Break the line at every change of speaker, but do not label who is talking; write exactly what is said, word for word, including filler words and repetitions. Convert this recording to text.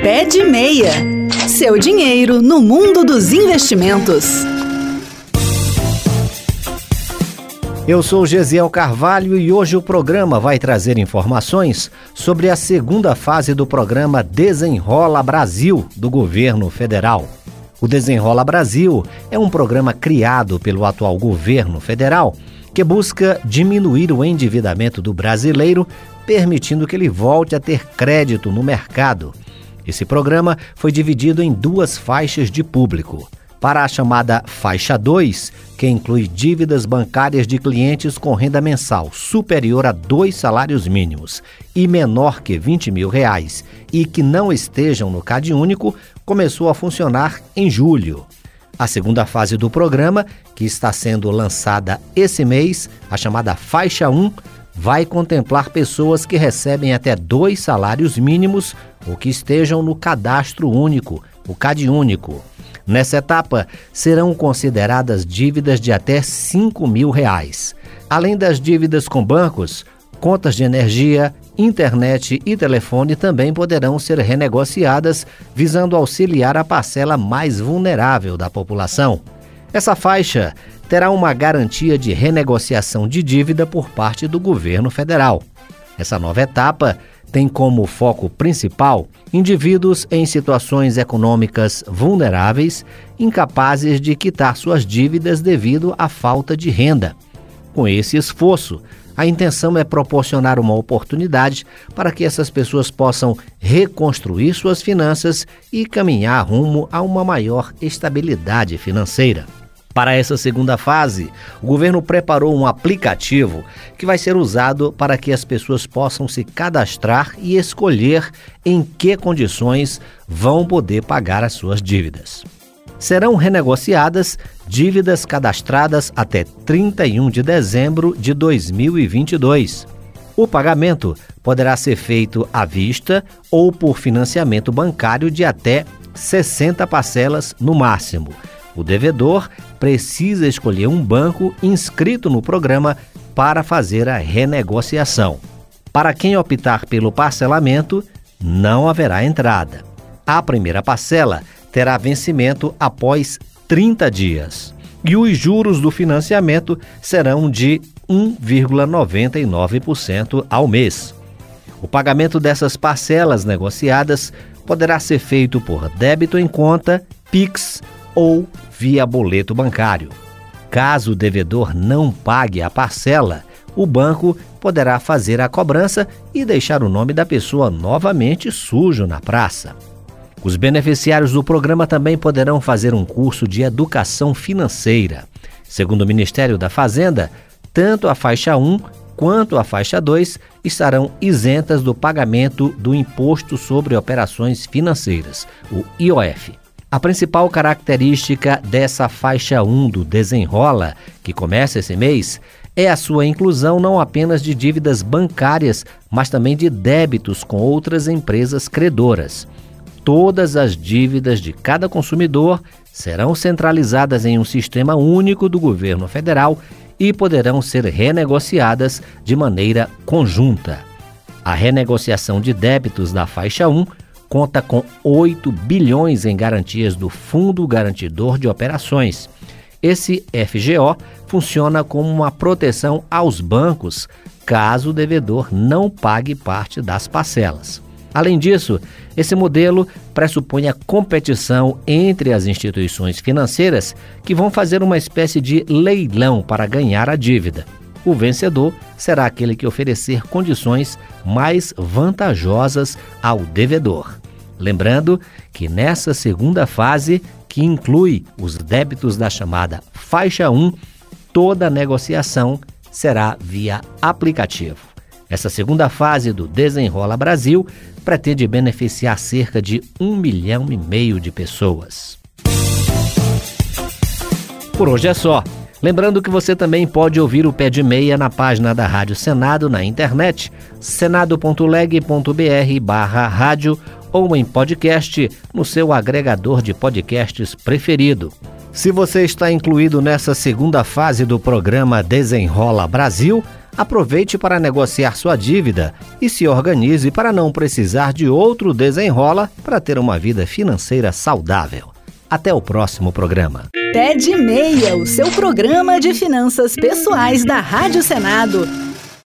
Pé de Meia. Seu dinheiro no mundo dos investimentos.
Eu sou Gesiel Carvalho e hoje o programa vai trazer informações sobre a segunda fase do programa Desenrola Brasil do governo federal. O Desenrola Brasil é um programa criado pelo atual governo federal que busca diminuir o endividamento do brasileiro, permitindo que ele volte a ter crédito no mercado. Esse programa foi dividido em duas faixas de público. Para a chamada Faixa dois, que inclui dívidas bancárias de clientes com renda mensal superior a dois salários mínimos e menor que vinte mil reais e que não estejam no CadÚnico, começou a funcionar em julho. A segunda fase do programa, que está sendo lançada esse mês, a chamada Faixa um, vai contemplar pessoas que recebem até dois salários mínimos ou que estejam no Cadastro Único, o CadÚnico. Nessa etapa, serão consideradas dívidas de até cinco mil reais. Além das dívidas com bancos, contas de energia, internet e telefone também poderão ser renegociadas, visando auxiliar a parcela mais vulnerável da população. Essa faixa terá uma garantia de renegociação de dívida por parte do governo federal. Essa nova etapa tem como foco principal indivíduos em situações econômicas vulneráveis, incapazes de quitar suas dívidas devido à falta de renda. Com esse esforço, a intenção é proporcionar uma oportunidade para que essas pessoas possam reconstruir suas finanças e caminhar rumo a uma maior estabilidade financeira. Para essa segunda fase, o governo preparou um aplicativo que vai ser usado para que as pessoas possam se cadastrar e escolher em que condições vão poder pagar as suas dívidas. Serão renegociadas dívidas cadastradas até trinta e um de dezembro de dois mil e vinte e dois. O pagamento poderá ser feito à vista ou por financiamento bancário de até sessenta parcelas no máximo. O devedor precisa escolher um banco inscrito no programa para fazer a renegociação. Para quem optar pelo parcelamento, não haverá entrada. A primeira parcela terá vencimento após trinta dias e os juros do financiamento serão de um vírgula noventa e nove por cento ao mês. O pagamento dessas parcelas negociadas poderá ser feito por débito em conta, Pix ou via boleto bancário. Caso o devedor não pague a parcela, o banco poderá fazer a cobrança e deixar o nome da pessoa novamente sujo na praça. Os beneficiários do programa também poderão fazer um curso de educação financeira. Segundo o Ministério da Fazenda, tanto a Faixa um quanto a Faixa dois estarão isentas do pagamento do Imposto sobre Operações Financeiras, o I O F. A principal característica dessa Faixa um do Desenrola, que começa esse mês, é a sua inclusão não apenas de dívidas bancárias, mas também de débitos com outras empresas credoras. Todas as dívidas de cada consumidor serão centralizadas em um sistema único do governo federal e poderão ser renegociadas de maneira conjunta. A renegociação de débitos da Faixa um conta com oito bilhões em garantias do Fundo Garantidor de Operações. Esse F G O funciona como uma proteção aos bancos, caso o devedor não pague parte das parcelas. Além disso, esse modelo pressupõe a competição entre as instituições financeiras que vão fazer uma espécie de leilão para ganhar a dívida. O vencedor será aquele que oferecer condições mais vantajosas ao devedor. Lembrando que nessa segunda fase, que inclui os débitos da chamada Faixa um, toda a negociação será via aplicativo. Essa segunda fase do Desenrola Brasil pretende beneficiar cerca de um milhão e meio de pessoas. Por hoje é só. Lembrando que você também pode ouvir o Pé de Meia na página da Rádio Senado na internet, senado ponto leg ponto br barra rádio ou em podcast no seu agregador de podcasts preferido. Se você está incluído nessa segunda fase do programa Desenrola Brasil, aproveite para negociar sua dívida e se organize para não precisar de outro desenrola para ter uma vida financeira saudável. Até o próximo programa.
Pé de Meia, o seu programa de finanças pessoais da Rádio Senado.